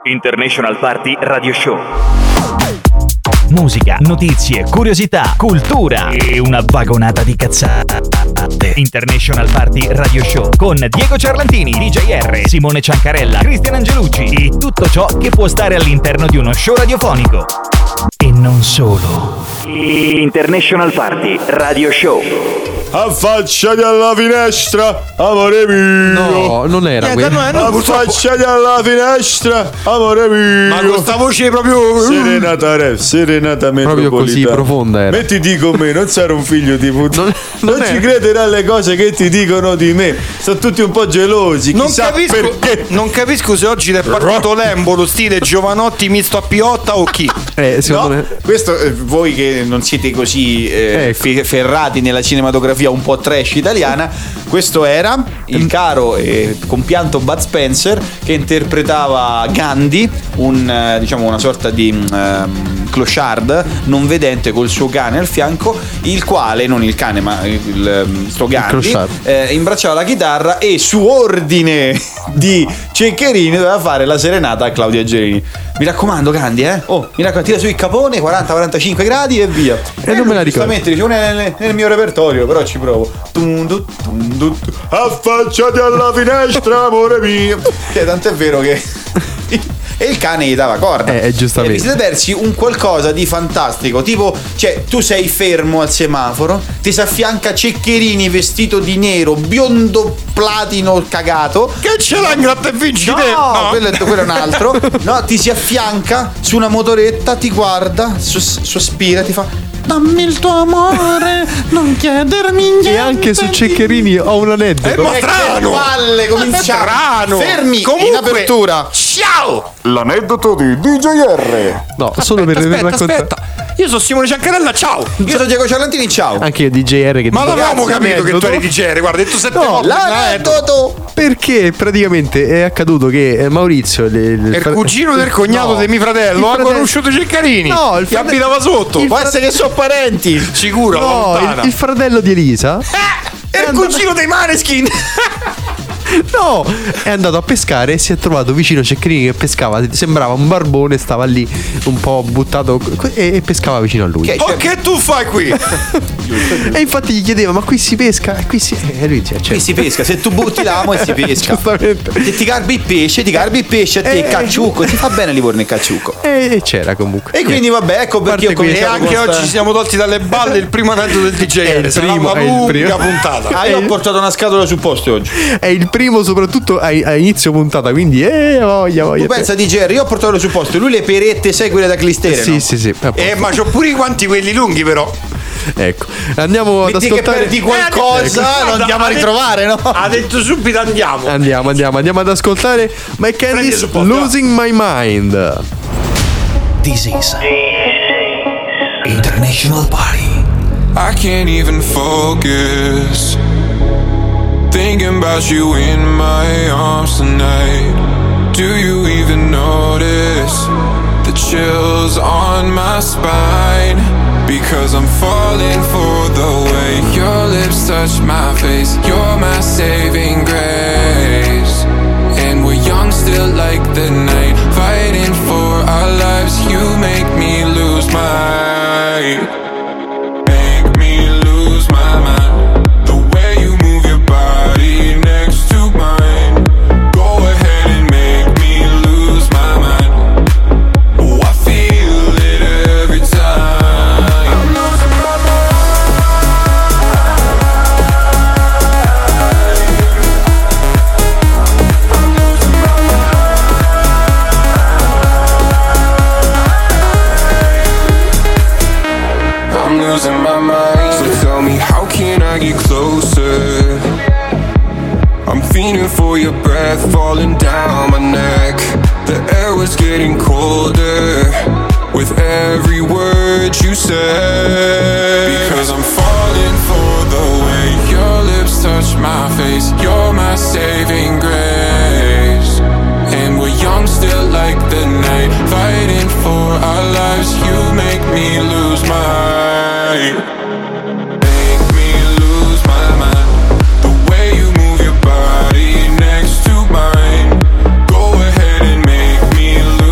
International Party Radio Show. Musica, notizie, curiosità, cultura e una vagonata di cazzate. International Party Radio Show con Diego Ciarlantini, DJ R, Simone Ciancarella, Cristian Angelucci e tutto ciò che può stare all'interno di uno show radiofonico. E non solo. International Party Radio Show. Affacciati alla finestra, amore mio. No, non era quello. Affacciati alla finestra, amore mio. Ma con questa voce proprio serenata metropolitana. Proprio così profonda era. Mettiti con me, non sarò un figlio di puttana. Non ci crederà alle cose che ti dicono di me. Sono tutti un po' gelosi. Chissà perché. Non capisco se oggi ti è partito l'embolo stile Giovanotti misto a Piotta o chi. Secondo me. Questo voi che non siete così ferrati nella cinematografia un po' trash italiana, questo era il caro e compianto Bud Spencer che interpretava Gandhi, una sorta di clochard non vedente col suo cane al fianco, il quale, non il cane ma sto Gandhi, imbracciava la chitarra e su ordine di Ceccherini doveva fare la serenata a Claudia Gerini. Mi raccomando Gandhi, mi raccomando, tira su il capone 40-45 gradi e via. E non me la ricordo. Giustamente dicevo nel mio repertorio, però ci provo. Affacciati alla finestra, amore mio. Tant'è vero che e il cane gli dava corda. Giustamente. E vi siete persi un qualcosa di fantastico. Tipo, tu sei fermo al semaforo, ti si affianca Ceccherini vestito di nero, biondo platino cagato. Che ce l'ha in gratta e vinci te? No, quello è un altro. No, ti si affianca su una motoretta, ti guarda, sospira, ti fa: dammi il tuo amore, non chiedermi niente. E anche su Ceccherini ho un aneddoto. Ma strano! Palle, cominciamo. Fermi, comunque, in apertura. Ciao! L'aneddoto di DJ R. No, solo per raccontare. Aspetta. Io sono Simone Ciancarella, ciao! Io sono Diego Ciarlantini, ciao. Anche io DJ R che Ma dico, l'avevamo capito che tu eri DJ R, guarda, hai detto 7 volte. L'aneddoto. Perché praticamente è accaduto che Maurizio il cugino del cognato di mio fratello ha conosciuto Ceccherini. No, che abitava sotto. Può essere che sono parenti. Sicuro? No, il fratello di Elisa è il cugino dei Maneskin. No, è andato a pescare e si è trovato vicino Ceccherini che pescava, sembrava un barbone, stava lì un po' buttato e pescava vicino a lui. Che tu fai qui? E infatti gli chiedeva: ma qui si pesca? E lui diceva: qui si pesca, se tu butti l'amo e si pesca. Giustamente. Se ti garbi il pesce a te, cacciucco, ti fa bene Livorno il cacciucco. E c'era comunque. E quindi vabbè, ecco perché io E anche oggi ci siamo tolti dalle balle il primo aneddoto del DJ. È il primo, una è il lunga primo. puntata. io ho portato una scatola su posto oggi. È il primo soprattutto a inizio puntata, quindi voglia. Tu pensa di Jerry, io ho portato le supposte, lui le perette, sai quelle da clistere, Sì, no? sì. Ma c'ho pure i guanti quelli lunghi però. Ecco, andiamo ad Metti ascoltare. che perdi qualcosa, lo andiamo a ritrovare, no? Ha detto subito andiamo. Andiamo ad ascoltare My Candy's Losing My Mind. This is International Party. I can't even focus, thinking about you in my arms tonight. Do you even notice the chills on my spine? Because I'm falling for the way your lips touch my face. You're my saving grace. And we're young still like the night, fighting for our lives. You make me lose my mind. The way you move your body next to mine. Go ahead and make me lose my mind. Oh, I feel it every time. I'm losing my mind. I'm losing my mind. I'm losing my mind. So tell me, how can I get closer? I'm feeling for your breath falling down my neck. The air was getting colder with every word you said. Because I'm falling for the way your lips touch my face. You're my saving grace. And we're young still like the night, fighting for our lives. You make me lose my next to mine. Go ahead and make me lose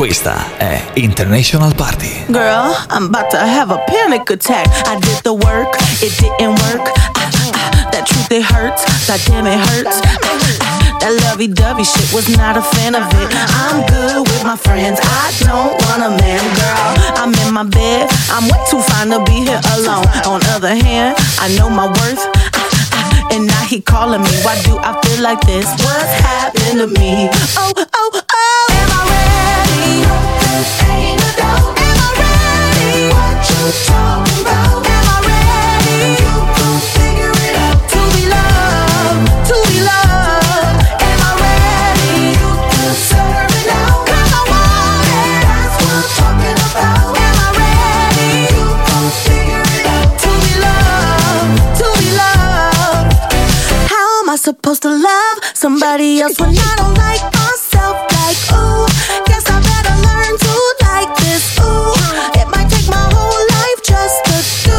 Questa è International Party. Girl, I'm about to have a panic attack. I did the work, it didn't work. That truth, it hurts. God damn, it hurts. That lovey-dovey shit, was not a fan of it. I'm good with my friends, I don't want a man, girl. I'm in my bed, I'm way too fine to be here alone. On other hand, I know my worth, and now he calling me. Why do I feel like this? What's happened to me? Oh, oh, oh. Am I ready? Ain't no doubt. Am I ready? What you talking about? Am I ready? You gon' figure it out. To be loved, to be loved. Am I ready? You deserve it now. 'Cause I want it. That's what I'm talking about. Am I ready? You gon' figure it out. To be loved, to be loved. How am I supposed to love somebody else when I don't like myself? Like, ooh, guess I better learn to like this. Ooh, it might take my whole life just to do.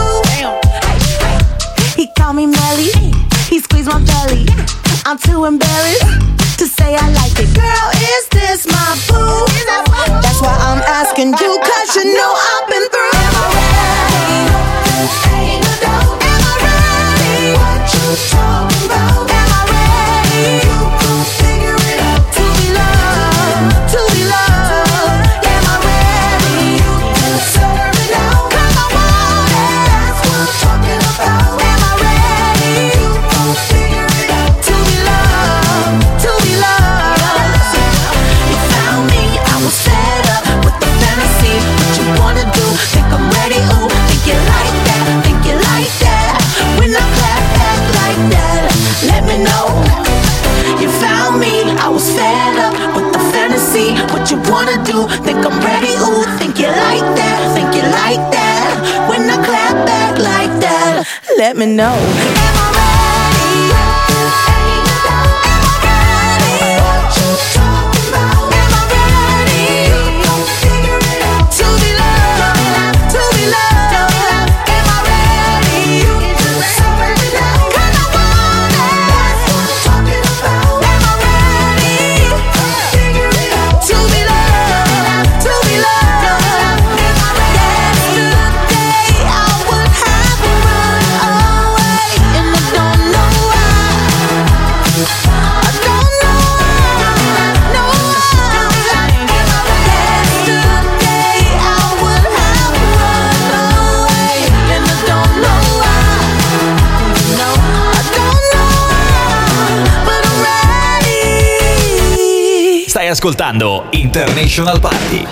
He called me Melly, he squeezed my belly. I'm too embarrassed to say I like it. Girl, is this my boo? That's why I'm asking you, 'cause you know I've been through. Am I ready? Ain't no doubt. Am I ready? What you talking about? Am I ready? You gon' figure it out. To be loved, to be loved. Am I ready? You deserve it now. 'Cause I want it. That's what I'm talking about. Am I ready? You gon' figure it out. To be loved, to be loved. You found me, I was fed up with the fantasy. What you wanna do? Think I'm ready? Ooh, think you like that? Think you like that? When I clap back like that, let me know. You found me, I was fed up with the fantasy. What you wanna do? Think I'm ready? Ooh, think you like that? Think you like that? When I clap back like that, let me know. Am I ready? Ain't no doubt. Am I ready? What you talking about? Am I ready? You gon' figure it out. To be loved, to be loved. Am I ready? You deserve it now. 'Cause I want it. That's what I'm talking about. Am I ready? You gon' figure it out. To be loved, to be loved. Am I ready? Yesterday I would have run away, and I don't know why. I don't know why. No why. Yesterday I would have run away, and I don't know why. No, I don't know why, but I'm ready. Stai ascoltando International Party.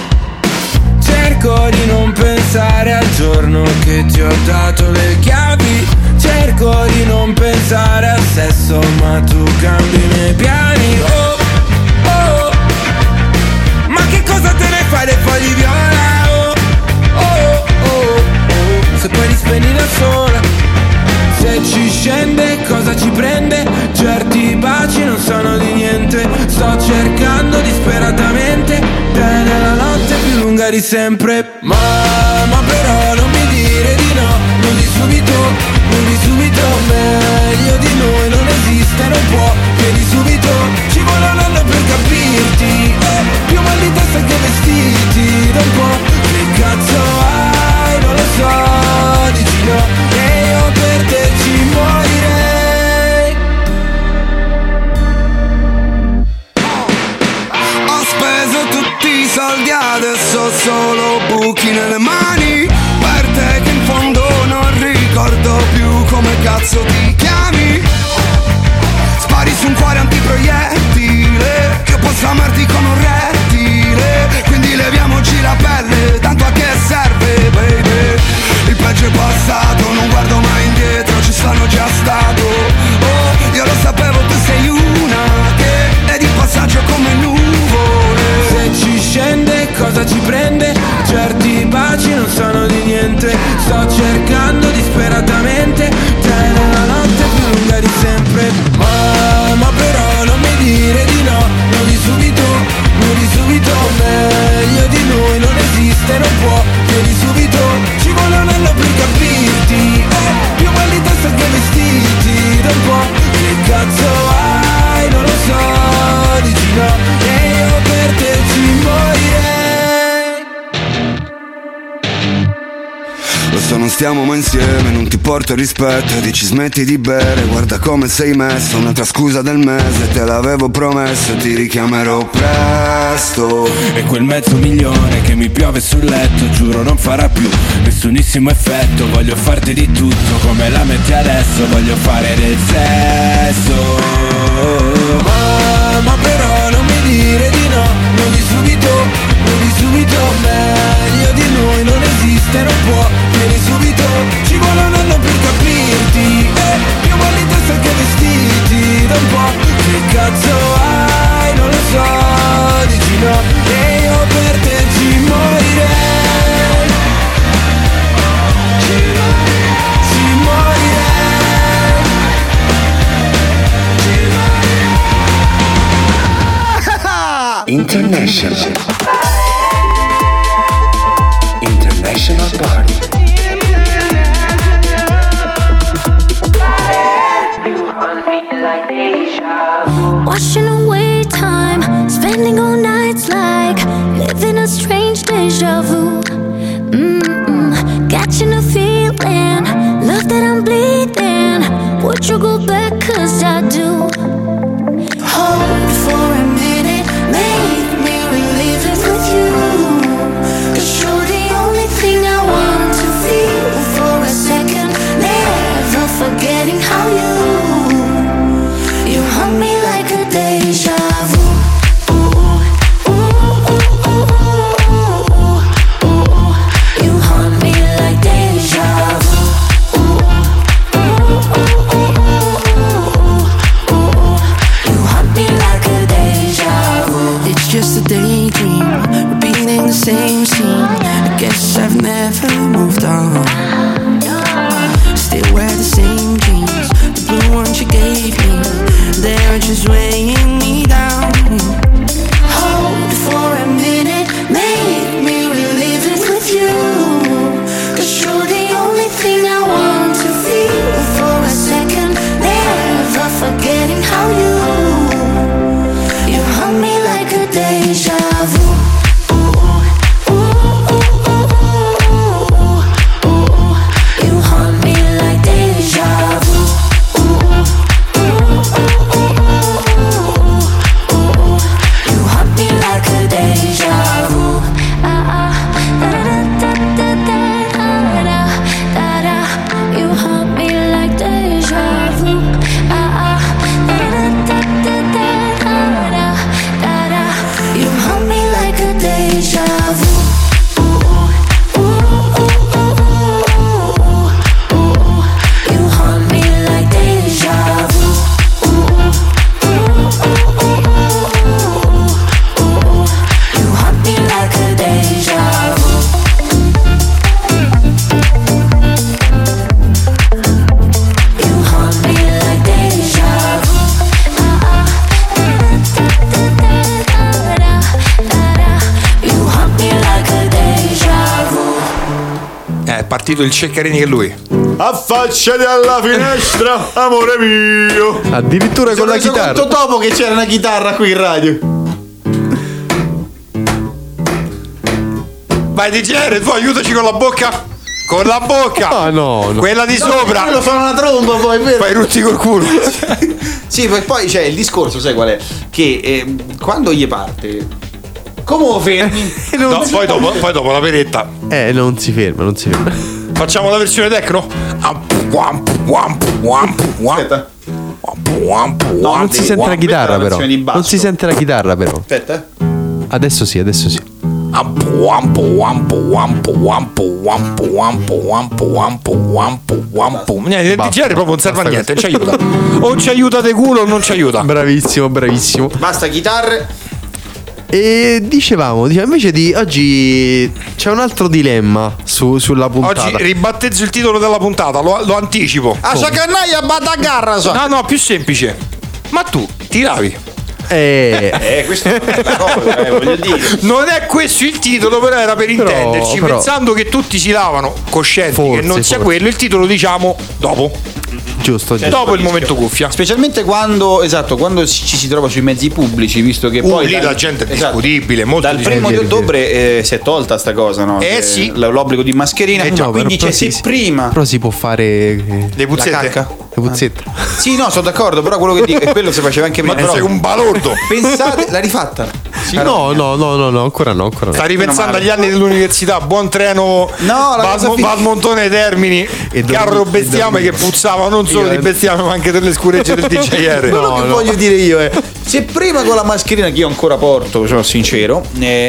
Cerco di non pensare al giorno che ti ho dato le chiavi. Cerco di non pensare al sesso, ma tu cambi i miei piani. Oh, oh, ma che cosa te ne fai dei fogli viola? Oh, oh, oh, oh, se poi li spegni da sola. Se ci scende cosa ci prende? Certi baci non sono di niente. Sto cercando disperatamente te nella notte più lunga di sempre. Ma però non mi dire di no. Non di subito, meglio di noi non esiste, non può. Chiedi subito, ci vuole un anno per capirti. Più mal di testa che vestiti da un po'. Che cazzo hai? Non lo so, dici no. E io per te ci morirei. Ho speso tutti i soldi, adesso ho solo buchi nelle mani. Per te che in fondo non ricordo più come cazzo ti chiami. Spari su un cuore antiproiettile, io posso amarti come un rettile. Quindi leviamoci la pelle, tanto a che serve, baby. Il peggio è passato, non guardo mai indietro, ci sono già stato. Oh, io lo sapevo, tu sei una che è di passaggio come nuvole. Se ci scende cosa ci prende? Certi baci non sono di niente. Sto cercando disperatamente te nella notte stiamo mai insieme, non ti porto rispetto e dici smetti di bere, guarda come sei messo, un'altra scusa del mese, te l'avevo promesso, ti richiamerò presto. E quel $500,000 che mi piove sul letto, giuro non farà più nessunissimo effetto. Voglio farti di tutto come la metti adesso, voglio fare del sesso. Ma però non mi dire di no, non di subito, meglio di noi non esiste, non può, vieni subito, ci vuole un anno per capirti, più male in testa che vestiti, da un po', che cazzo hai, non lo so, dici no, e io per te ci morirei, ci morirei, International Party. Washing away time, spending all nights like living a strange deja vu. Catching a feeling, love that I'm bleeding. Would you go back? 'Cause I do. Hold for a minute, make me relive it with you. 'Cause you're the only thing I want to feel for a second. Never forgetting how you haunt me like a deja vu. You haunt me like deja vu. You haunt me like a deja vu. It's just a daydream, repeating the same scene. I guess I've never moved on. Still wear the same jeans, the blue ones you gave me. They're just weighing me down. Hold for a minute, make me relive it with you. 'Cause you're the only thing I want to feel for a second. Never forgetting how you haunt me like a deja vu. You haunt me like deja vu. You haunt me like a deja vu. You haunt me like deja vu. You haunt me like a deja vu. You haunt me like deja vu. You haunt me like a deja vu. You haunt me like deja vu. You haunt me like a deja vu. È partito il Ceccarini che lui. Affacciati alla finestra, amore mio. Addirittura con la chitarra. Conto dopo che c'era una chitarra qui in radio. Vai DJR, tu aiutaci con la bocca. Con la bocca. Ah no. Quella di sopra. Quello fa una tromba poi, è vero? Fai rutti col culo. Sì, poi c'è il discorso, sai qual è? Che quando gli parte, come lo fermi? No, poi dopo la peretta. Non si ferma. Facciamo la versione techno? Aspetta. No, non si sente la chitarra però. Non si sente la chitarra però. Aspetta. Adesso sì. Niente, il DJR proprio non serve a niente, non ci aiuta. O ci aiuta de culo o non ci aiuta. Bravissimo. Basta chitarre. E dicevamo invece di oggi c'è un altro dilemma sulla puntata. Oggi ribattezzo il titolo della puntata, lo anticipo. A Sciacannaia Batagarra so. No, più semplice. Ma tu ti lavi? Questa è una cosa, voglio dire. Non è questo il titolo, però era per intenderci, pensando che tutti si lavano, coscienti che non sia quello, il titolo diciamo dopo. Giusto. Dopo il momento cuffia. Specialmente quando ci si trova sui mezzi pubblici, visto che poi lì la gente è discutibile, molto dal 1° di ottobre si è tolta sta cosa, no? Sì. L'obbligo di mascherina. Quindi se prima. Però si può fare le puzzette. Le puzzette. Sì, no, sono d'accordo, però quello che dico è quello si faceva anche prima. Ma tu sei un balordo. Pensate, l'ha rifatta? Sì, no, ancora no. Sta ripensando agli anni dell'università, buon treno Valmontone Termini, carro bestiame che puzzava non solo di bestiame ma anche delle scuregge del DJR. Quello che voglio dire io è, se prima con la mascherina, che io ancora porto, sono sincero,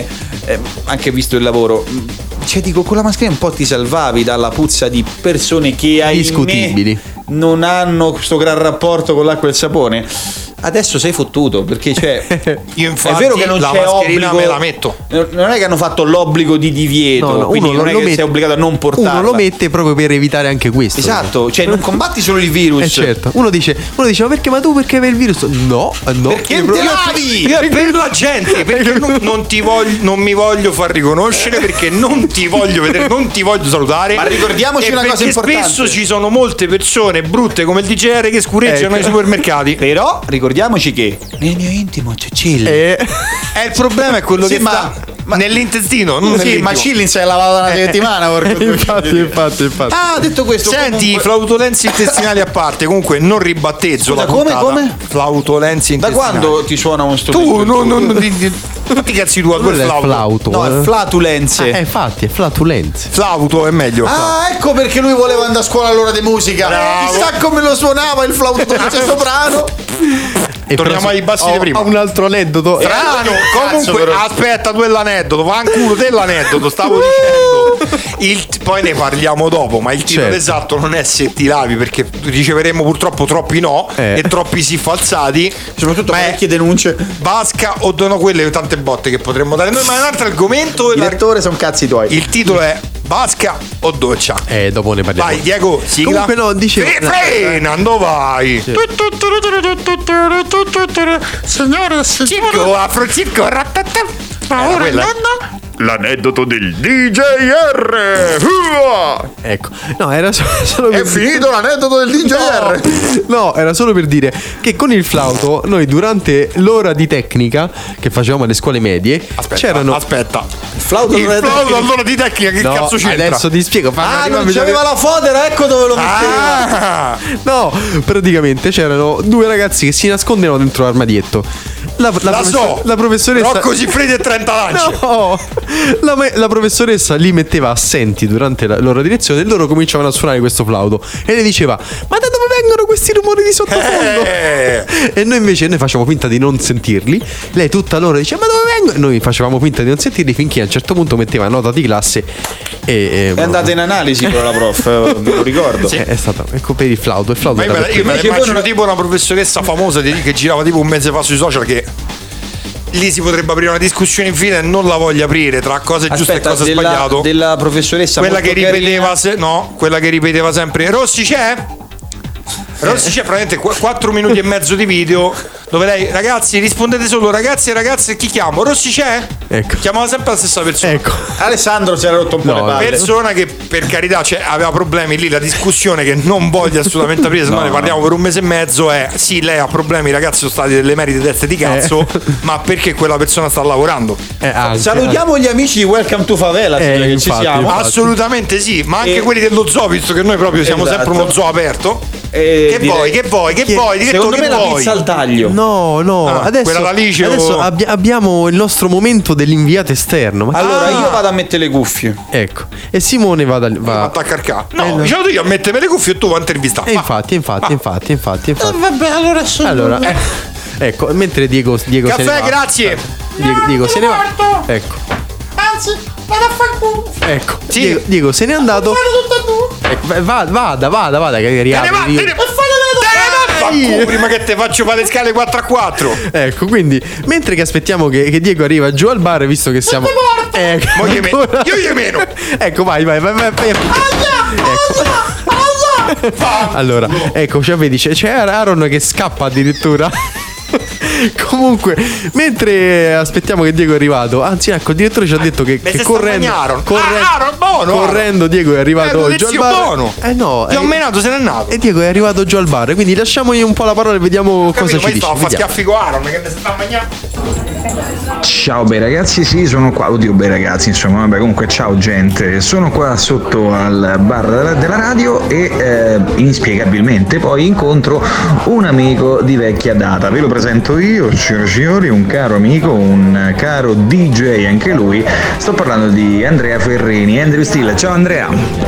anche visto il lavoro, cioè dico, con la mascherina un po' ti salvavi dalla puzza di persone che discutibili non hanno questo gran rapporto con l'acqua e il sapone. Adesso sei fottuto, perché io infatti è vero che non la c'è mascherina obbligo, me la metto. Non è che hanno fatto l'obbligo di divieto, quindi non è che sei obbligato a non portarla. Uno lo mette proprio per evitare anche questo. Esatto, cioè non combatti solo il virus. Certo. Uno dice ma perché avevi il virus? No. Perché te lavi? Per la gente, perché non mi voglio far riconoscere, perché non ti voglio vedere, non ti voglio salutare. Ma ricordiamoci una cosa importante. Spesso ci sono molte persone brutte come il DJR che scureggiano ai supermercati. Però ricordiamoci che nel mio intimo c'è Chill. Il problema è quello che sta nell'intestino, non nell'intimo. Ma Chillin si è lavato una settimana. Infatti. Detto questo, senti, flautolenze intestinali a parte, comunque non ribattezzo. Scusa, la come? Flautolenze intestinali. Da quando ti suona un stupido? Tu non fatti cazzi tu a quel flauto. No, è flatulenze. Infatti, è flatulenze. Flauto è meglio. Ecco perché lui voleva andare a scuola all'ora di musica. Chissà come lo suonava il flauto soprano. Torniamo ai bassi di prima. Ho un altro aneddoto. Strano. Comunque, aspetta, tu l'aneddoto. Vanculo dell'aneddoto. Stavo dicendo. Poi ne parliamo dopo. Ma il titolo esatto non è se ti lavi, perché riceveremo purtroppo troppi no e troppi sì falsati. Soprattutto parecchie denunce. Vasca o dono quelle tante botte che potremmo dare noi. Ma è un altro argomento. Direttore, sono cazzi tuoi. Il titolo è Vasca o doccia. Dopo ne parliamo. Vai Diego, sigla. Comunque no, dicevo Frenando, vai. Signore, Cicco, afrocicco, l'aneddoto del DJR. Ecco, no, era solo per È finito l'aneddoto del DJR. No, era solo per dire che con il flauto noi durante l'ora di tecnica che facevamo alle scuole medie c'erano. Aspetta. Il flauto all'ora di tecnica che cazzo c'entra? Adesso ti spiego. Non c'aveva la fodera, ecco dove lo metteva. No, praticamente c'erano due ragazzi che si nascondevano dentro l'armadietto. La professoressa Rocco Siffredi e 30 lance. No, la professoressa li metteva assenti durante l'ora di lezione e loro cominciavano a suonare questo flauto e le diceva: ma da dove vengono questi rumori di sottofondo? E noi invece facevamo finta di non sentirli. Lei tutta l'ora diceva: ma dove vengono? E noi facevamo finta di non sentirli finché a un certo punto metteva nota di classe è andata in analisi con la prof, me lo ricordo. Sì. È stata, ecco, per il flauto. Ma io me immagino tipo una professoressa famosa che girava tipo un mese fa sui social, che lì si potrebbe aprire una discussione infine e non la voglio aprire tra cose giuste e cose sbagliate. Della professoressa quella che ripeteva quella che ripeteva sempre: Rossi c'è? Rossi c'è, praticamente 4 minuti e mezzo di video dove lei: ragazzi, rispondete solo ragazzi e ragazze, chi chiamo? Rossi c'è? Ecco. Chiamava sempre la stessa persona. Ecco. Alessandro si era rotto un po' le palle. Persona che per carità aveva problemi lì, la discussione che non voglio assolutamente aprire, se no ne parliamo per un mese e mezzo, è sì, lei ha problemi, ragazzi, sono stati delle merite teste di cazzo, ma perché quella persona sta lavorando. Salutiamo gli amici di Welcome to Favela, che ci siamo. Assolutamente sì, ma anche quelli dello zoo, visto che noi proprio siamo sempre uno zoo aperto. Che vuoi? Secondo me la pizza al taglio. No, adesso abbiamo il nostro momento dell'inviato esterno. Allora io vado a mettere le cuffie. Ecco. E Simone va a carcare. No, diciamo io a mettere le cuffie e tu a intervistare. Infatti. Vabbè, allora sono. Allora, ecco, mentre Diego se ne va. Caffè, grazie. Diego se ne va. Ecco. Anzi, vado a far culo. Ecco. Sì. Diego se n'è andato. Vada che riapri. Prima che te faccio fare le scale 4x4. Ecco, quindi mentre che aspettiamo che Diego arriva giù al bar, visto che siamo io gli meno. Ecco, vai. Allora, ecco, vedi, c'è Aaron che scappa addirittura. Comunque, mentre aspettiamo che Diego è arrivato, anzi ecco, il direttore ci ha detto che correndo Diego è arrivato giù al bar. No, ti ho menato, se n'è andato. E Diego è arrivato giù al bar, quindi lasciamogli un po' la parola e vediamo cosa ci dice. Ma fa schiaffi con Aaron che mi sta mangiando. Ciao bei ragazzi, sì, sono qua. Oddio, bei ragazzi, insomma, vabbè, comunque ciao gente. Sono qua sotto al bar della radio e inspiegabilmente poi incontro un amico di vecchia data. Ve lo presento io, signore e signori, un caro amico, un caro DJ anche lui. Sto parlando di Andrea Ferrini, Andrew Steele. Ciao Andrea.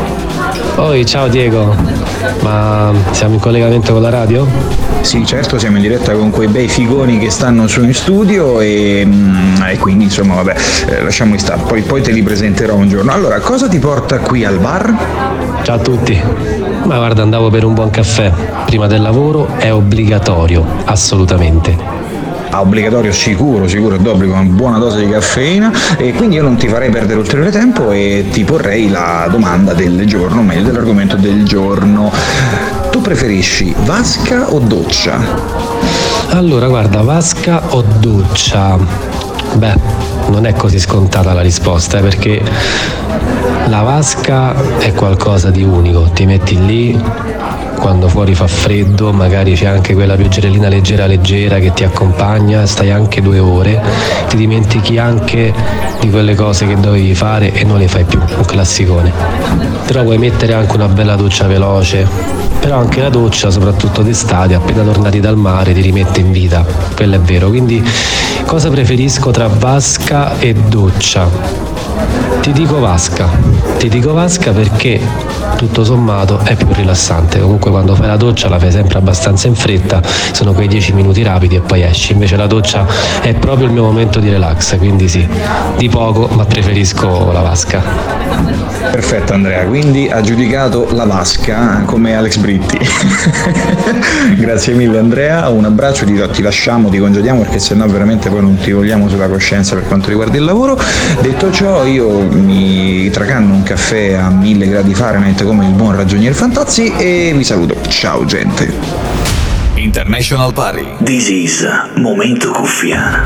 Poi ciao Diego, ma siamo in collegamento con la radio? Sì, certo, siamo in diretta con quei bei figoni che stanno su in studio e quindi insomma vabbè, lasciamoli stare, poi te li presenterò un giorno. Allora, cosa ti porta qui al bar? Ciao a tutti. Ma guarda, andavo per un buon caffè. Prima del lavoro è obbligatorio, assolutamente. Obbligatorio sicuro, è d'obbligo, una buona dose di caffeina, e quindi io non ti farei perdere ulteriore tempo e ti porrei la domanda del giorno, meglio dell'argomento del giorno. Tu preferisci vasca o doccia? Allora guarda, vasca o doccia? Beh, non è così scontata la risposta, perché la vasca è qualcosa di unico, ti metti lì quando fuori fa freddo, magari c'è anche quella pioggerellina leggera che ti accompagna, stai anche 2 ore, ti dimentichi anche di quelle cose che dovevi fare e non le fai più, un classicone. Però puoi mettere anche una bella doccia veloce, però anche la doccia, soprattutto d'estate, appena tornati dal mare, ti rimette in vita, quello è vero. Quindi cosa preferisco tra vasca e doccia? Ti dico vasca perché tutto sommato è più rilassante. Comunque quando fai la doccia la fai sempre abbastanza in fretta, sono quei 10 minuti rapidi e poi esci. Invece la doccia è proprio il mio momento di relax, quindi sì, di poco, ma preferisco la vasca. Perfetto Andrea, quindi ha giudicato la vasca come Alex Britti. Grazie mille Andrea, un abbraccio, ti lasciamo, ti congediamo perché sennò veramente poi non ti vogliamo sulla coscienza per quanto riguarda il lavoro. Detto ciò, io mi tracanno un caffè a 1000 gradi Fahrenheit come il buon ragionier Fantozzi e vi saluto. Ciao gente. International Party. This is Momento Cuffia.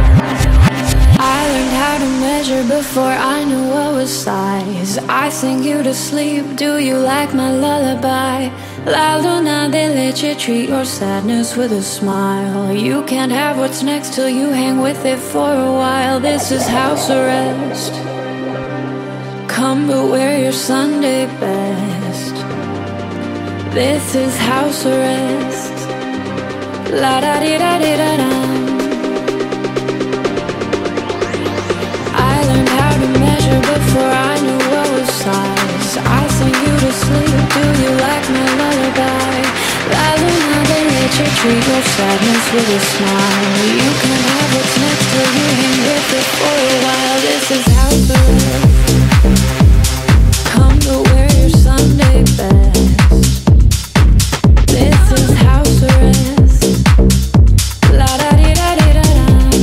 I learned how to measure before I knew what was size. I sing you to sleep, do you like my lullaby? La luna de leche, treat your sadness with a smile. You can't have what's next till you hang with it for a while. This is house arrest. Come but wear your Sunday best. This is house arrest. La da di da di da da. I learned how to measure before I knew what was size. I sing you to sleep, do you like my lullaby? La luna de leche, treat your sadness with a smile. You can have what's next till you hang with it for a while. This is house arrest. Come to wear your Sunday best. This is house arrest. La da di da di da da.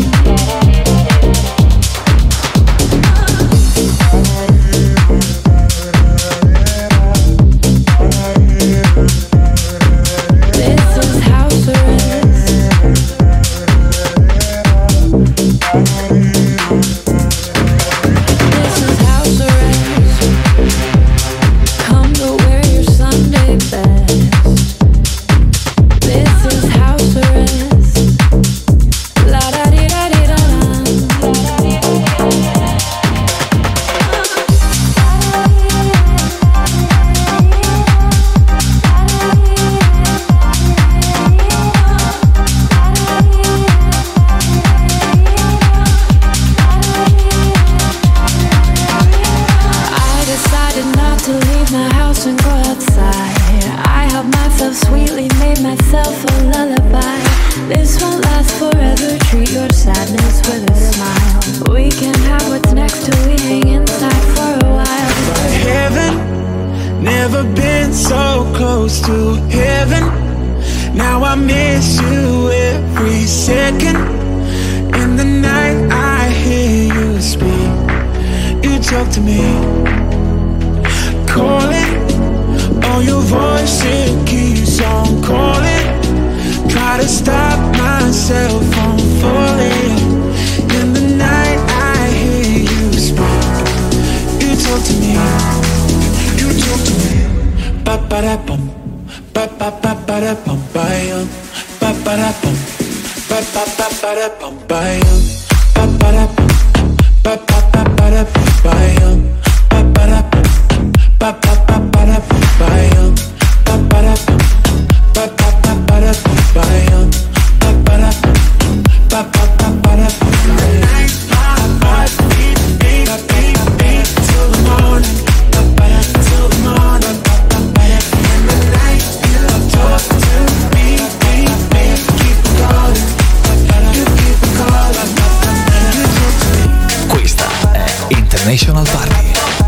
This is house arrest. This is house arrest. Come to wear your Sunday best. This is house arrest. La da di da di da da. I decided not to leave my house and go outside. I helped myself sweetly, made myself a lullaby. This won't last forever, treat your sadness with a smile. We can have what's next till we hang inside for a while. Heaven, never been so close to heaven. Now I miss you every second. In the night I hear you speak. You talk to me, calling. Oh, your voice, it keeps on calling. Try to stop myself International Party.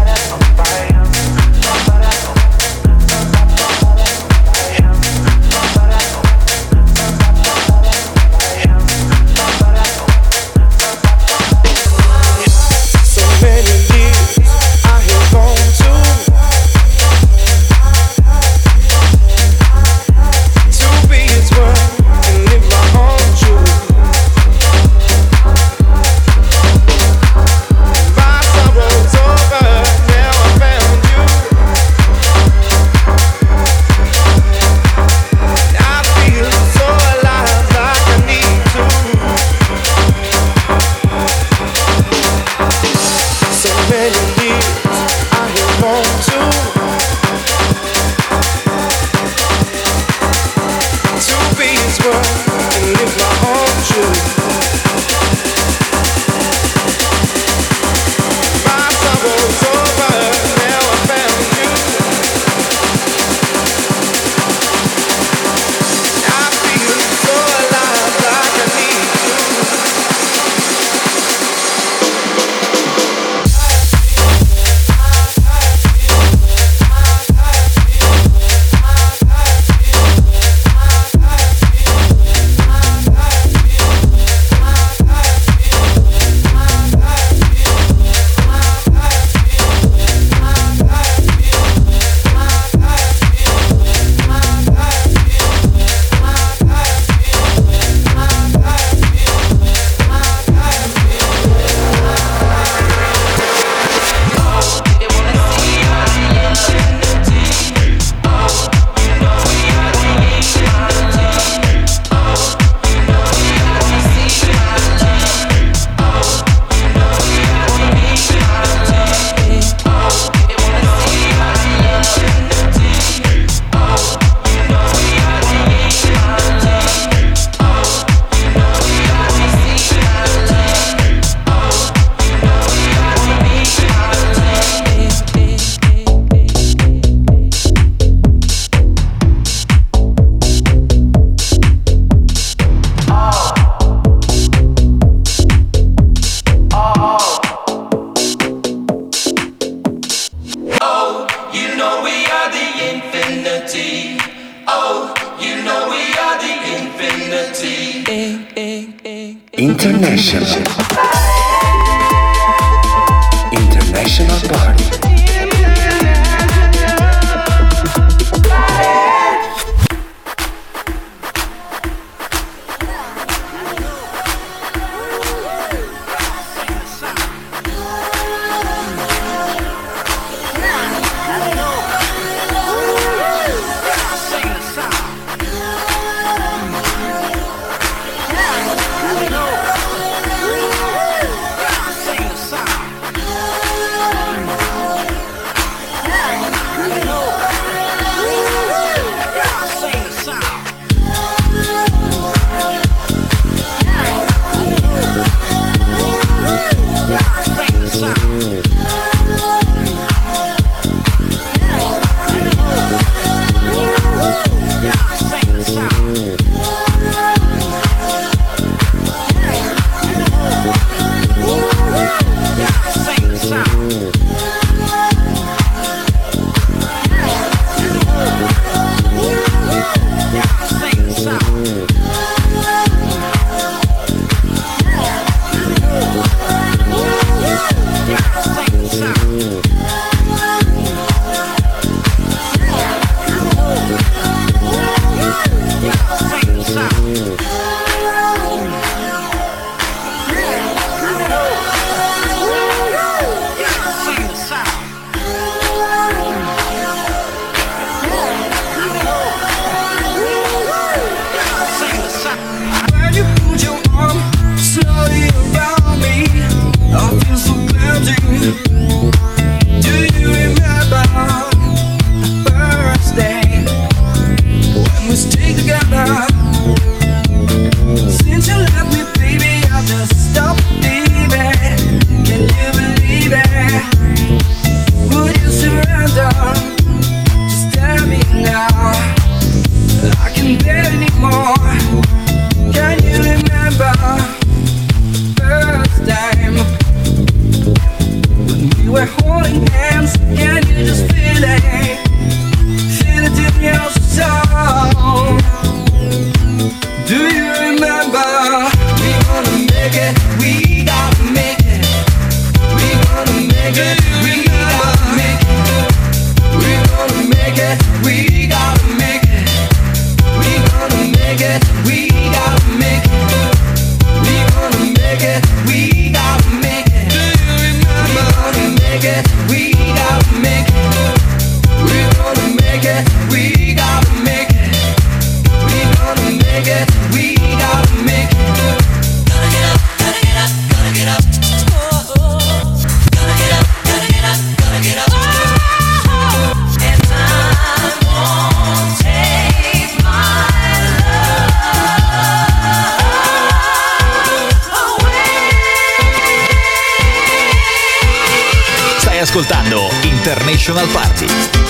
International Party. we stay together. Since you left me, baby, I just stopped believing. Can you believe it? Would you surrender? Just tell me now. I can't bear anymore. Can you remember first time when we were holding hands? Can you just feel it? Feel it in your soul. Do you remember? We gonna make it. We gotta make it. We gonna make it. We gotta make it. We gonna make it. We gotta make it. We gonna make it. We gotta make it. We gonna make it. We gotta make it. Do you remember? We gonna make it. We gotta make it. We gonna make it. We gotta make it. We gonna make it. We gotta make it. Gotta get up, gotta get up, gotta get up. Gotta get up, gotta get up, gotta get up. And time won't take my love. Stai ascoltando International Party.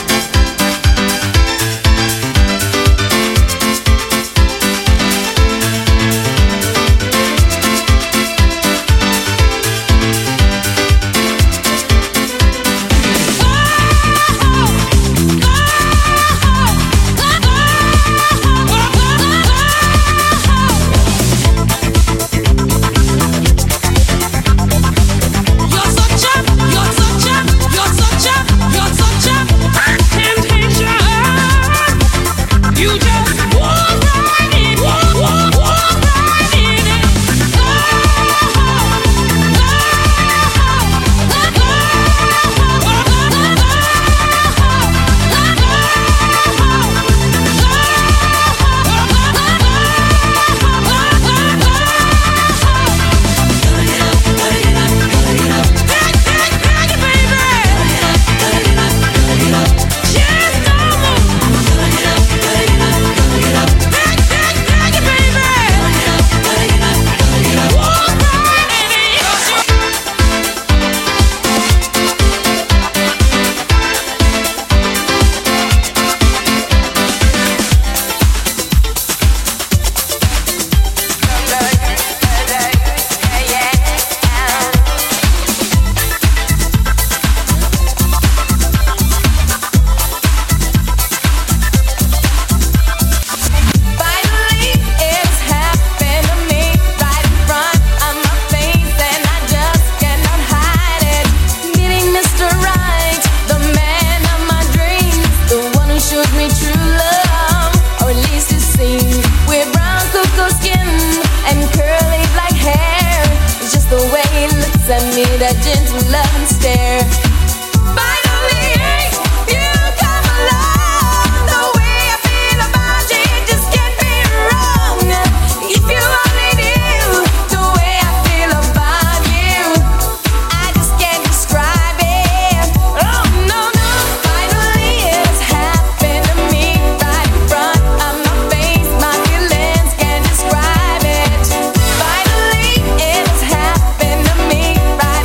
That gentle love and stare. Finally, you come along. The way I feel about you just can't be wrong. If you only knew the way I feel about you, I just can't describe it. Oh no, no. Finally, it's happened to me right in front of my face. My feelings can't describe it. Finally, it's happened to me right.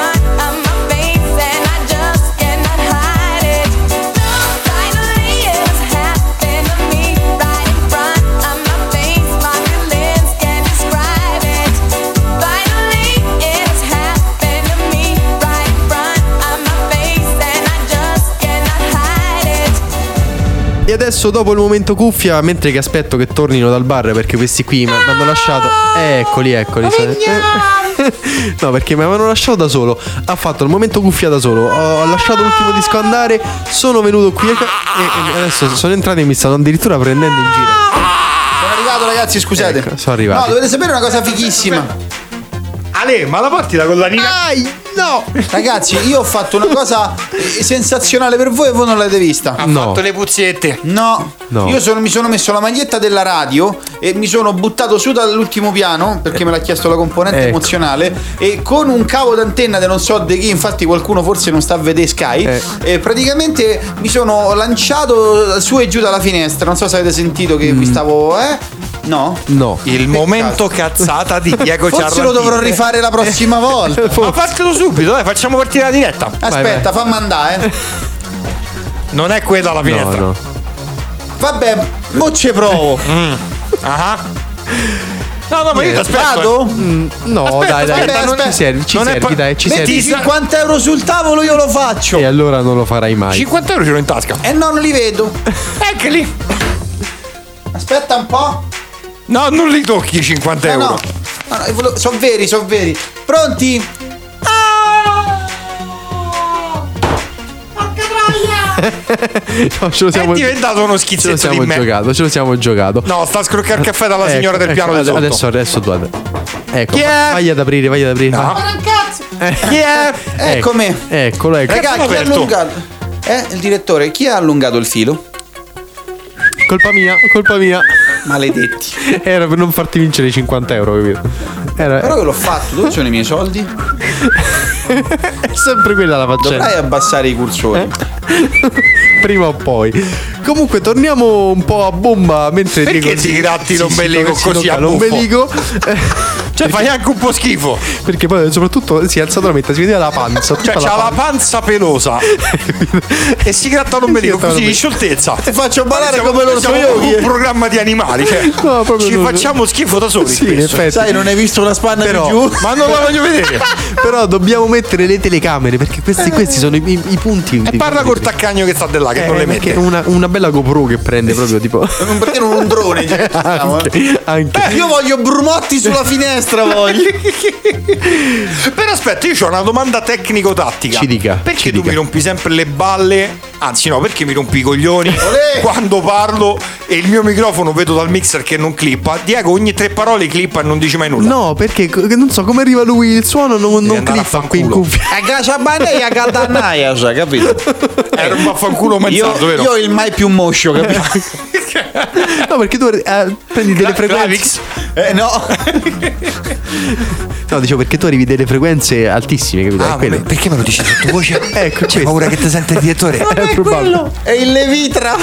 E adesso, dopo il momento cuffia, mentre che aspetto che tornino dal bar, perché questi qui mi hanno lasciato. Eccoli. No, perché mi avevano lasciato da solo. Ha fatto il momento cuffia da solo. Ho lasciato l'ultimo disco andare. Sono venuto qui e adesso sono entrato e mi stanno addirittura prendendo in giro. Sono arrivato, ragazzi, scusate. Sono arrivato. No, dovete sapere una cosa fighissima. Ale, ma la porti la collanina? No! Ragazzi, io ho fatto una cosa sensazionale per voi e voi non l'avete vista. Ha fatto le puzzette. No. Io mi sono messo la maglietta della radio e mi sono buttato su dall'ultimo piano perché me l'ha chiesto la componente emozionale, e con un cavo d'antenna di non so di chi, infatti qualcuno forse non sta a vedere Sky, e praticamente mi sono lanciato su e giù dalla finestra. Non so se avete sentito che vi stavo... No? Il momento cazzata di Diego Ciarlantini. Forse lo dovrò rifare la prossima volta. Ma fatelo subito, dai, facciamo partire la diretta. Aspetta, fammi andare. Non è quella la finestra. No. Vabbè, mo ci provo. No, ma io ti aspetto. Vado? No, Aspetta, dai, non ci servi, dai, ci metti servi. 50 euro sul tavolo, io lo faccio. E allora non lo farai mai. 50 euro ce l'ho in tasca. E non li vedo. Eccoli. Aspetta un po'. No, non li tocchi i 50 euro. No, sono veri. Pronti? No, ce lo siamo, è diventato uno schizzetto di me. Ce lo siamo giocato. No, sta a scroccare il caffè dalla signora del piano del sotto. Adesso tu. Ecco, Chi è? vai ad aprire. No. Chi è? Eccomi. Eccolo. Raga, chi ha allungato? Il direttore, chi ha allungato il filo? Colpa mia. Maledetti. Era per non farti vincere i 50 euro, capito? Però che l'ho fatto, dove sono i miei soldi? È sempre quella la faccenda. Dovrai abbassare i cursori. Prima o poi. Comunque torniamo un po' a bomba mentre perché ti gratti l'ombelico così a l'ombelico? Cioè fai anche un po' schifo. Perché poi soprattutto si è alzato la metà, si vedeva la panza. Cioè c'ha la panza pelosa e si gratta l'ombelico così in scioltezza. Ti faccio ballare come lo so io. Un programma di animali, cioè ci facciamo schifo da soli. Sì, in effetti. Sai, non hai visto una spanna però, di giù? Ma non la voglio vedere. Però dobbiamo mettere le telecamere perché questi sono i punti. E parla col taccagno che sta di là, che non le mette. Una bella GoPro che prende proprio tipo. Perché non un drone? Anche. Io voglio Brumotti sulla finestra, voglio. Però aspetta, io ho una domanda tecnico-tattica. Ci dica. Perché tu mi rompi sempre le balle? Anzi no, perché mi rompi i coglioni quando parlo e il mio microfono vedo dal mixer che non clippa? Diego ogni 3 parole clippa e non dice mai nulla. No, perché non so come arriva lui, il suono non clippa qui in cuffia. E grazie a Banea Catannaia, capito? Era un vaffanculo mezzato, vero? Io ho il mai più moscio, capito? No, perché tu prendi delle frequenze. No. No, dicevo perché tu arrivi delle frequenze altissime, capito? Perché me lo dici sottovoce? Ecco, c'hai paura che ti sente il direttore? È probabile. È il Levitra.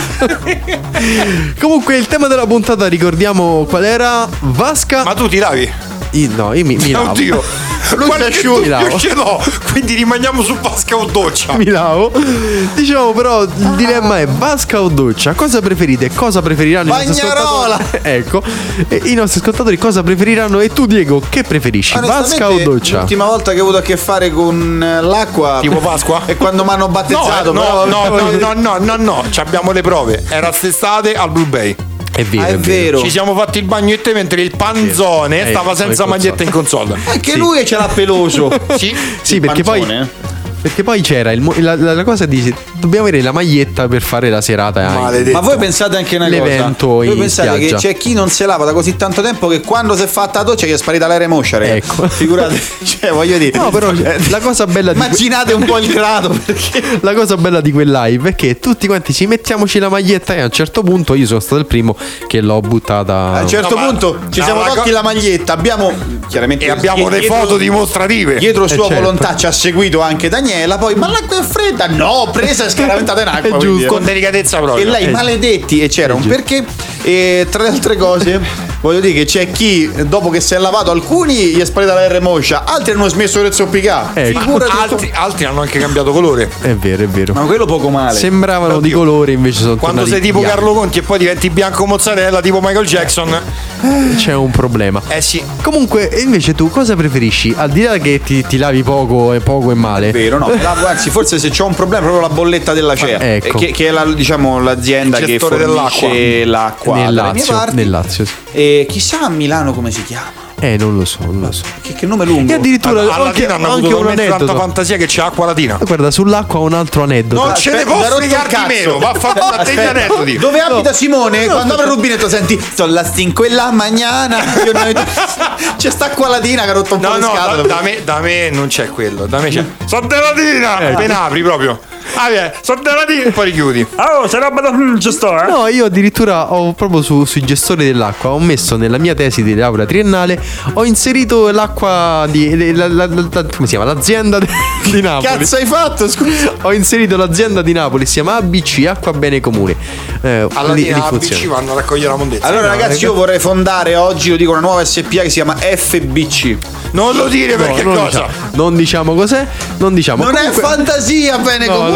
Comunque il tema della puntata, ricordiamo qual era? Vasca. Ma tu ti lavi? No, io mi lavo. Oddio. Guarda che tu io ce l'ho. Quindi rimaniamo su vasca o doccia. Mi lavo. Diciamo però il dilemma è vasca o doccia. Cosa preferite? Cosa preferiranno i nostri ascoltatori? Ecco. I nostri ascoltatori cosa preferiranno? E tu Diego che preferisci? Vasca o doccia? L'ultima volta che ho avuto a che fare con l'acqua, tipo Pasqua, è quando mi hanno battezzato. No, ci abbiamo le prove. Era quest'estate al Blue Bay. È vero. Ci siamo fatti il bagno e te mentre il panzone stava senza maglietta in console. Anche lui ce l'ha peloso. Sì, perché panzone. Perché poi c'era la cosa dice dobbiamo avere la maglietta per fare la serata. Ma voi pensate anche una l'evento cosa? Voi in pensate spiaggia. che c'è chi non si lava da così tanto tempo che quando si è fatta la doccia gli è sparita l'aria moscia, ecco. Figurate, cioè voglio dire. No, però la cosa bella immaginate un po' il grado, perché la cosa bella di quel live è che tutti quanti ci mettiamoci la maglietta e a un certo punto io sono stato il primo che l'ho buttata. A un certo punto ci siamo tolti la maglietta, abbiamo chiaramente abbiamo le foto dimostrative. Dietro sua volontà ci ha seguito anche Daniela, poi ma l'acqua è fredda, no, presa e scaraventata in acqua, giusto, con delicatezza proprio. E lei maledetti, e c'era un perché. E tra le altre cose voglio dire che c'è chi dopo che si è lavato, alcuni gli è sparita la R moscia, altri hanno smesso di zoppicare, altri hanno anche cambiato colore. È vero. Ma quello poco male. Sembravano di colore, invece sono quando sei tipo bianchi. Carlo Conti e poi diventi bianco mozzarella tipo Michael Jackson, c'è un problema. Sì. Comunque invece tu cosa preferisci? Al di là che ti lavi poco e male. È vero, no. Anzi, forse se c'ho un problema proprio la bolletta della CEA, ecco. che è l'azienda che fornisce l'acqua nel Lazio. E chissà a Milano come si chiama. Non lo so. Che nome lungo. E addirittura anche un aneddoto. Tanta fantasia che c'è acqua latina. Guarda, sull'acqua ho un altro aneddoto. Non ce ne posso fregarti meno. Va a fare a te gli aneddoti. Dove abita Simone? Quando apre il rubinetto senti sono la 5 la mañana. C'è sta acqua latina che ha rotto un po' le scatole. Da me non c'è quello. Da me c'è sono della latina. Appena apri proprio. Sono della latina e poi richiudi. Se roba da gestor. No, io addirittura ho proprio sui gestori dell'acqua ho messo nella mia tesi di laurea triennale, ho inserito l'acqua di come si chiama? L'azienda di Napoli. Cazzo hai fatto? Scusa. Ho inserito l'azienda di Napoli, si chiama ABC, Acqua Bene Comune. Alla ABC vanno a raccogliere la mondezza. Allora ragazzi, io vorrei fondare oggi, lo dico, una nuova SPA che si chiama FBC. Non lo dire perché cosa? Non diciamo cos'è, non diciamo. Non comunque... è fantasia bene comune.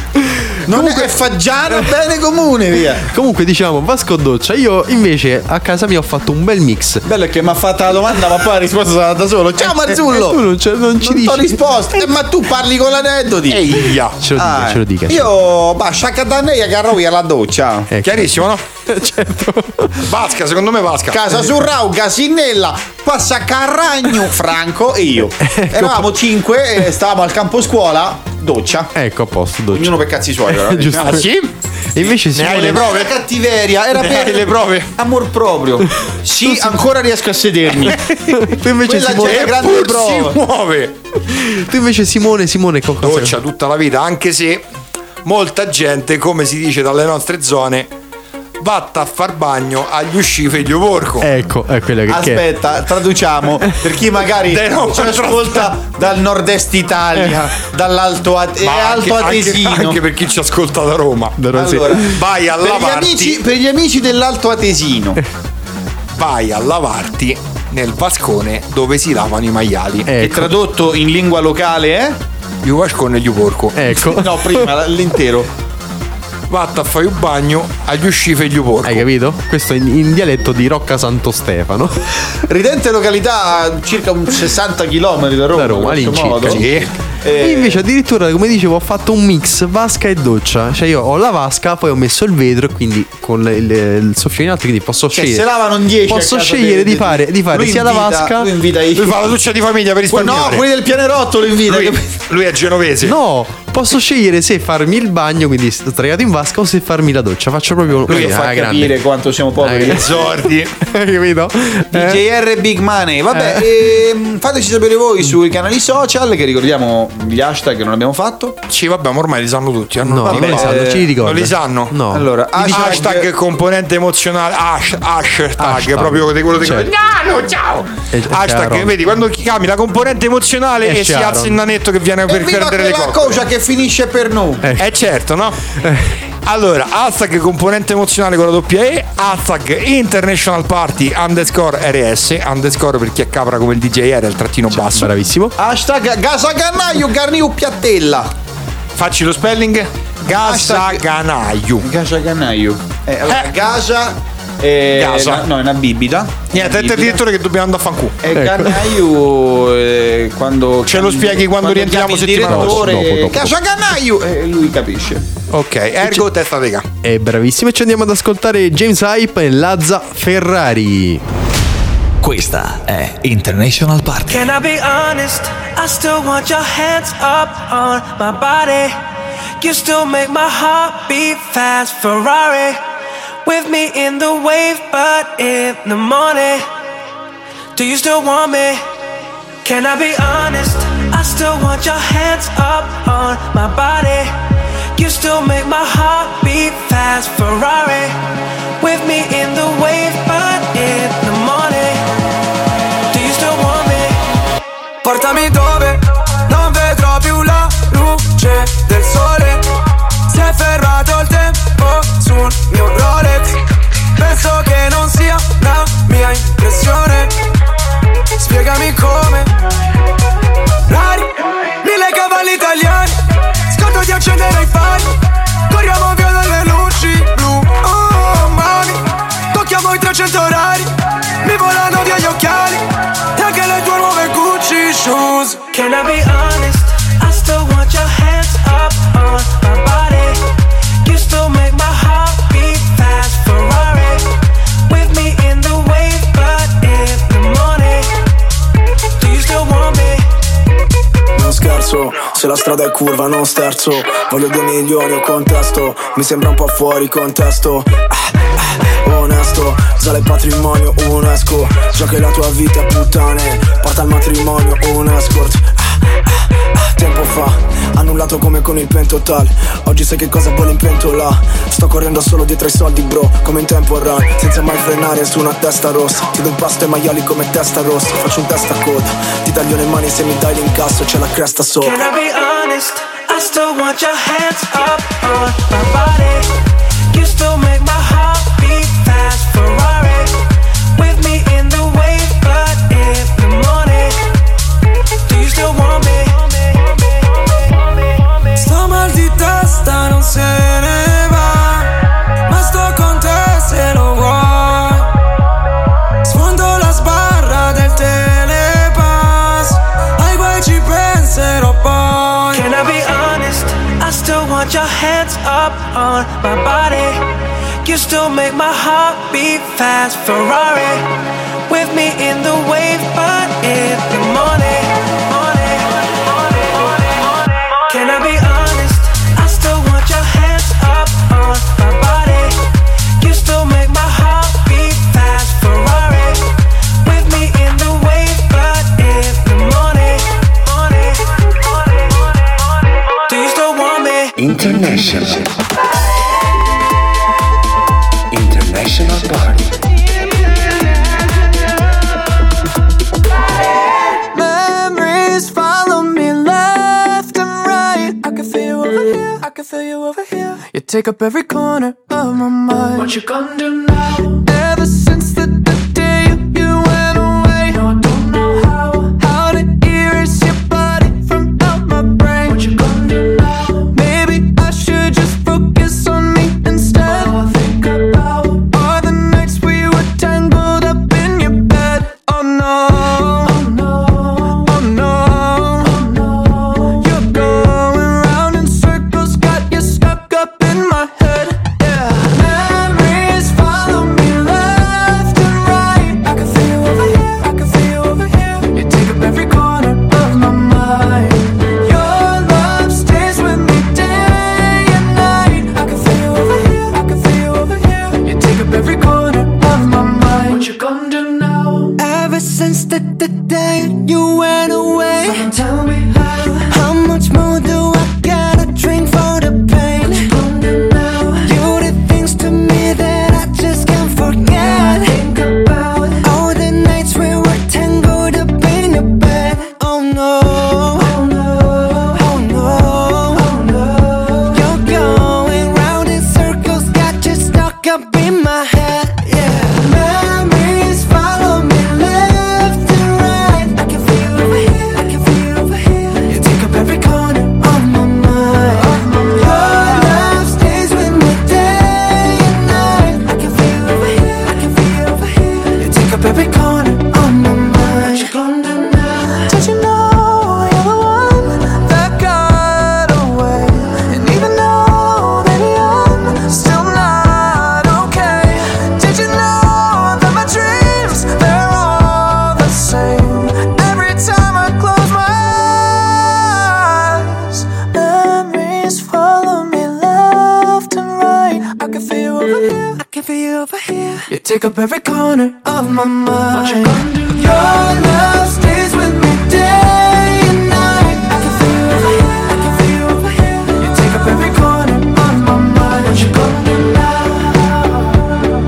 Non è Faggiano bene comune, via. Comunque diciamo Vasco doccia. Io invece a casa mia ho fatto un bel mix. Bello è che mi ha fatto la domanda, ma poi la risposta sarà da solo. Ciao Marzullo. Tu non ci dici. Non ho risposto. Ma tu parli con l'aneddoti. Eia. Ce lo dica. Io sciaccatanneia che arrovi alla doccia. Chiarissimo, no? Certo. Vasca, secondo me Vasca. Casa su Rauga, Sinnella, passa Carragno, Franco e io. Eravamo 5 e stavamo al campo scuola. Doccia. Ecco, a posto, doccia. Ognuno per cazzi suoi. Ah sì? E invece ne hai le prove? Cattiveria. Era per le prove. Amor proprio. Sì, ancora riesco a sedermi. Tu invece Simone è grande prova. Si muove. Tu invece Simone cosa? Doccia tutta la vita, anche se molta gente, come si dice dalle nostre zone, vatta a far bagno agli uscife di porco. Ecco, è quello che aspetta, traduciamo per chi magari ci ascolta dal nord-est Italia, dall'alto Alto Atesino. Anche per chi ci ascolta da Roma. Allora, vai a lavarti. Per gli amici dell'Alto Atesino. Vai a lavarti nel vascone dove si lavano i maiali. Che tradotto in lingua locale è? Io vascone e io porco. Ecco. No, prima l'intero. Vatta a fare un bagno agli uscife e gli porco. Hai capito? Questo in dialetto di Rocca Santo Stefano. Ridente località a circa un 60 km da Roma. All'incirca. Sì. Io invece addirittura, come dicevo, ho fatto un mix vasca e doccia. Cioè io ho la vasca, poi ho messo il vetro e quindi con il soffio in alto, quindi posso scegliere. Se lavano in 10. Posso scegliere di fare sia la vasca. Lui fa la doccia di famiglia per risparmiare. No, quelli del Pianerotto lo invita. Lui è genovese. No, posso scegliere se farmi il bagno, quindi stregato in vasca, o se farmi la doccia. Faccio proprio lui fa capire quanto siamo poveri sordi. Hai capito? DJR Big Money. Vabbè, fateci sapere voi sui canali social, che ricordiamo gli hashtag che non abbiamo fatto. Sì, vabbè, ma ormai li sanno tutti. No, vabbè, li sanno, ci ricordo. Non li sanno? No. Allora, hashtag componente emozionale. Hashtag proprio di quello di no, ciao. Hashtag, vedi, quando chiami la componente emozionale e si alza il nanetto che viene per perdere le cose. La cosa che finisce per noi. Certo, no? Allora, hashtag componente emozionale con la doppia E, hashtag International Party _RS, underscore per chi è capra come il DJR, il trattino basso. Bravissimo. Hashtag Gasaganaio Garniu Piattella. Facci lo spelling. Gasaganaio. Gasaganaio. Allora, Gasa. No, è una bibita. Niente, è il direttore che dobbiamo andare a fanculo. Garnaio quando ce lo spieghi quando rientriamo settimana dopo. Gasaganaio lui capisce. Ok, ergo testa dega. È bravissimo e ci andiamo ad ascoltare James Hype e Lazza Ferrari. Questa è International Party. Can I be honest? I still want your hands up on my body. You still make my heart beat fast, Ferrari. With me in the wave, but in the morning. Do you still want me? Can I be honest? I still want your hands up on my body. You still make my heart beat fast, Ferrari. With me in the wave, but in the morning. Do you still want me? Portami dove non vedrò più la luce del sole. Si è fermato il tempo sul mio Rolex. Penso che non sia la mia impressione. Spiegami come. Rari, 1000 cavalli italiani. Scotto di accendere i fari. Corriamo via dalle luci blu. Oh mami, tocchiamo i 300 orari. Mi volano via gli occhiali. E anche le tue nuove Gucci shoes. Can I be honest? I still want your hands up on my body. You still make my heart beat fast, Ferrari. With me in the wave, but in the morning. Se la strada è curva non sterzo, voglio 2 milioni o contesto, mi sembra un po' fuori contesto. Onesto, sale il patrimonio UNESCO, già che la tua vita è puttane, porta al matrimonio un escort. Tempo fa, annullato come con il pentotal. Oggi sai che cosa vuole in pentola. Sto correndo solo dietro ai soldi bro, come in tempo run, senza mai frenare su una testa rossa. Ti do un pasto ai maiali come testa rossa. Faccio un testa code, ti taglio le mani se mi dai l'incasso, c'è la cresta sopra. Can I be honest? I still want your hands up on my body. You still make my heart beat fast, Ferrari. With me in the wave, but in the morning. Do you still want me? Sto mal di testa, non se ne va, ma sto con te se lo vuoi. Sfondo la sbarra del telepass, ai guai ci penserò poi. Can I be honest? I still want your hands up on my body. You still make my heart beat fast, Ferrari. With me in the wave, but in the morning. Can I be honest? I still want your hands up on my body. You still make my heart beat fast, Ferrari. With me in the wave, but in the morning. Do you still want me? International Party. Memories follow me left and right. I can feel you over here, I can feel you over here. You take up every corner of my mind. What you gonna do now? Ever since the day you went away, no, I don't know how to erase your body from out my brain. What you gonna do now? Maybe I should just focus on me instead. All I think about are the nights we were tangled up in your bed. Oh no, oh no, oh no, oh no. You're going round in circles, got you stuck up in my head. Yeah, memories follow me left and right. I can feel you over here, I can feel you over here. You take up every corner of my mind. Your love stays with me day and night. I can feel you over here, I can feel you over here. You take up every corner of my mind. What you gonna do now? Ever since the day you went away, tell me how much more do I gotta drink for the pain? What you gonna do now? You did things to me that I just can't forget. Think about all the nights we were tangled up in your bed. Oh no, oh no, oh no, oh no. You're going round in circles, got you stuck up in my head. Yeah, memories follow me left and right. I can feel you over here, I can feel you over here. You take up every corner of my mind. Your love stays with me day and night. I can feel you over here, I can feel you over here. You take up every corner of my mind. What you gonna do now? Don't you know you're the one that got away? And even though, baby, I'm still not okay. Did you know that my dreams, they're all the same? Every time I close my eyes, memories follow me left and right. I can feel you over here, I can feel you over here. You take up every corner of my mind. What you gonna do? Your love stays with me day and night. I can feel you over here, I can feel you over here. You take up every corner of my mind. What you gonna do now?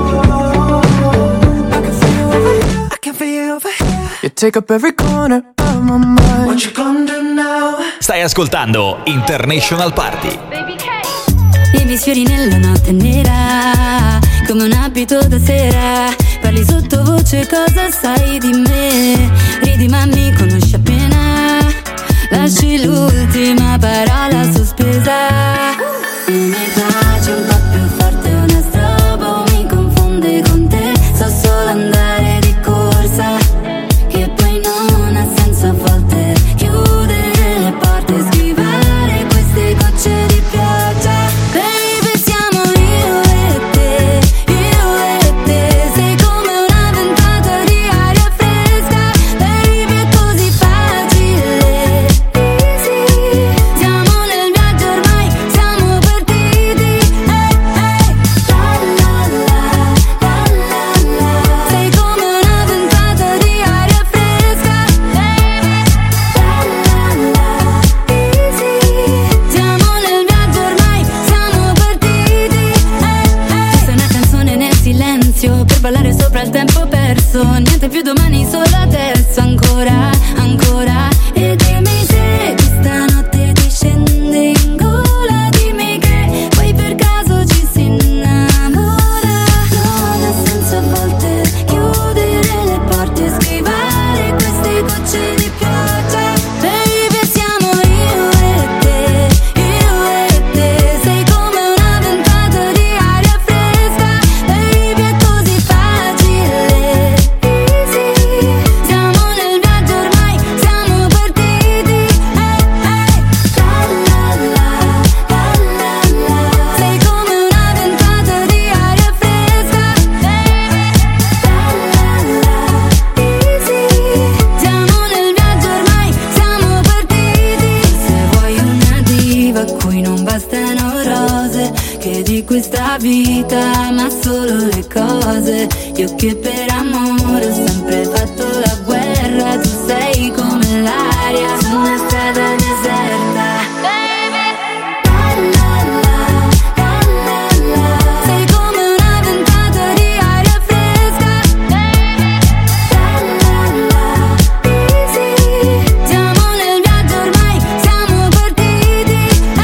I can feel you over here, I can feel you over here. You take up every corner of my mind. What you gonna do now? Stai ascoltando International Party. I miei sfiori nella notte nera, come un abito da sera. Parli sottovoce, cosa sai di me? Ridi ma mi conosci appena. Lasci l'ultima parola sospesa. Mi piace un po' più forte una strobo, mi confonde con te. So solo andare di corsa, che poi non ha senso a volte. Chiudere le porte, schivare queste gocce di pioggia. Baby, siamo io e te, sei come una ventata di aria fresca. Baby, è così facile, easy. giorno per ballare sopra il tempo perso. Niente più domani, solo adesso. Ancora, ancora. E dimmi se questa notte ti scende in gola. Dimmi che poi per caso ci si innamora. Non ha senso a volte chiudere le porte e schivare queste gocce di pioggia. Baby, siamo io e te, io e te. Sei come una ventata di aria fresca. Baby, è così facile, easy. Siamo nel viaggio ormai, siamo partiti. La la la, la la la. Sei come una ventata di aria fresca. La la la, easy. Siamo nel viaggio ormai, siamo partiti. Se vuoi una diva a cui non bastano rose, che di questa vita ma solo le cose. Io che per amore ho sempre fatto la guerra. Tu sei come l'aria su una strada deserta. Sei come una ventata di aria fresca. Easy. Siamo nel viaggio ormai, siamo partiti.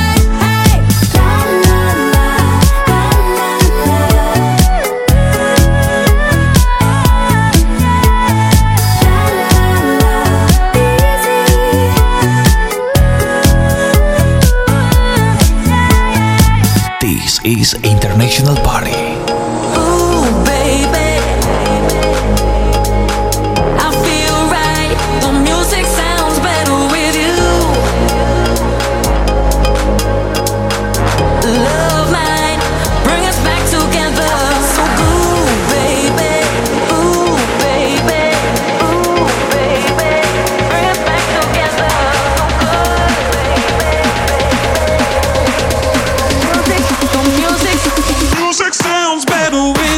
This is International Party. Ooh, baby, I feel right. The music sounds better with you. Love mine, bring us back together. So good, baby. Ooh, baby. Ooh, baby. Bring us back together. So good, Music sounds better with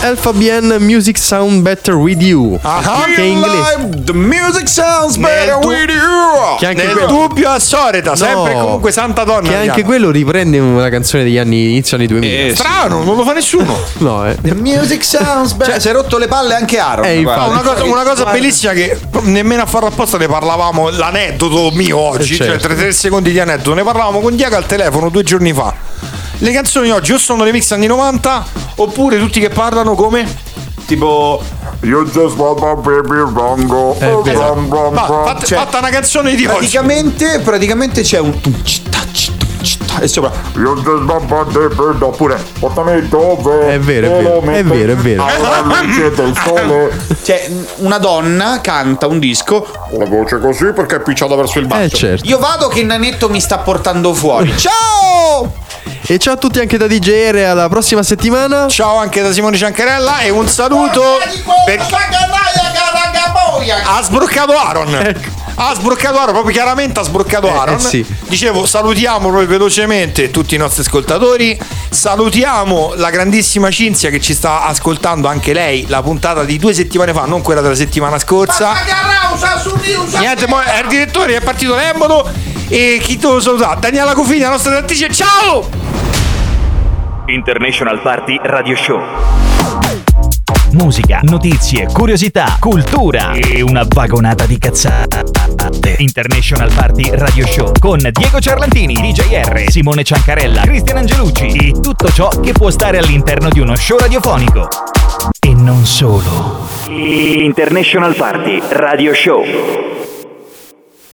Alpha BN Music Sound Better With You. Che è inglese. The music sounds better with you. Che anche nel dubbio a Soreta, sempre comunque Santa Donna. Che anche quello riprende una canzone degli inizio anni 2000. Strano, non lo fa nessuno. No, The music sounds better. Cioè, si è rotto le palle anche Aaron. Una cosa bellissima che nemmeno a farlo apposta ne parlavamo, l'aneddoto mio oggi, cioè 3 secondi di aneddoto, ne parlavamo con Diego al telefono 2 giorni fa. Le canzoni oggi o sono remix anni 90 oppure tutti che parlano come tipo You just want my baby wrong. Fatta una canzone di praticamente c'è un e sopra Io just want my baby oppure portami dove. È vero. Alla luce del sole. Cioè una donna canta un disco con la voce così perché è picciata verso il basso. Certo. Io vado che Nanetto mi sta portando fuori. Ciao! E ciao a tutti anche da DJ R, alla prossima settimana. Ciao anche da Simone Ciancarella e un saluto per ha sbroccato Aaron. Ha sbroccato Aaron, proprio chiaramente ha sbroccato Aaron. Sì. Dicevo, salutiamo proprio velocemente tutti i nostri ascoltatori. Salutiamo la grandissima Cinzia che ci sta ascoltando anche lei la puntata di 2 settimane fa, non quella della settimana scorsa. Niente, il direttore è partito l'embolo. E chi te lo saluta? Daniela Cofini, la nostra direttrice. Ciao! International Party Radio Show. Musica, notizie, curiosità, cultura e una vagonata di cazzate. International Party Radio Show con Diego Ciarlantini, DJ R, Simone Ciancarella, Cristian Angelucci e tutto ciò che può stare all'interno di uno show radiofonico. E non solo. International Party Radio Show.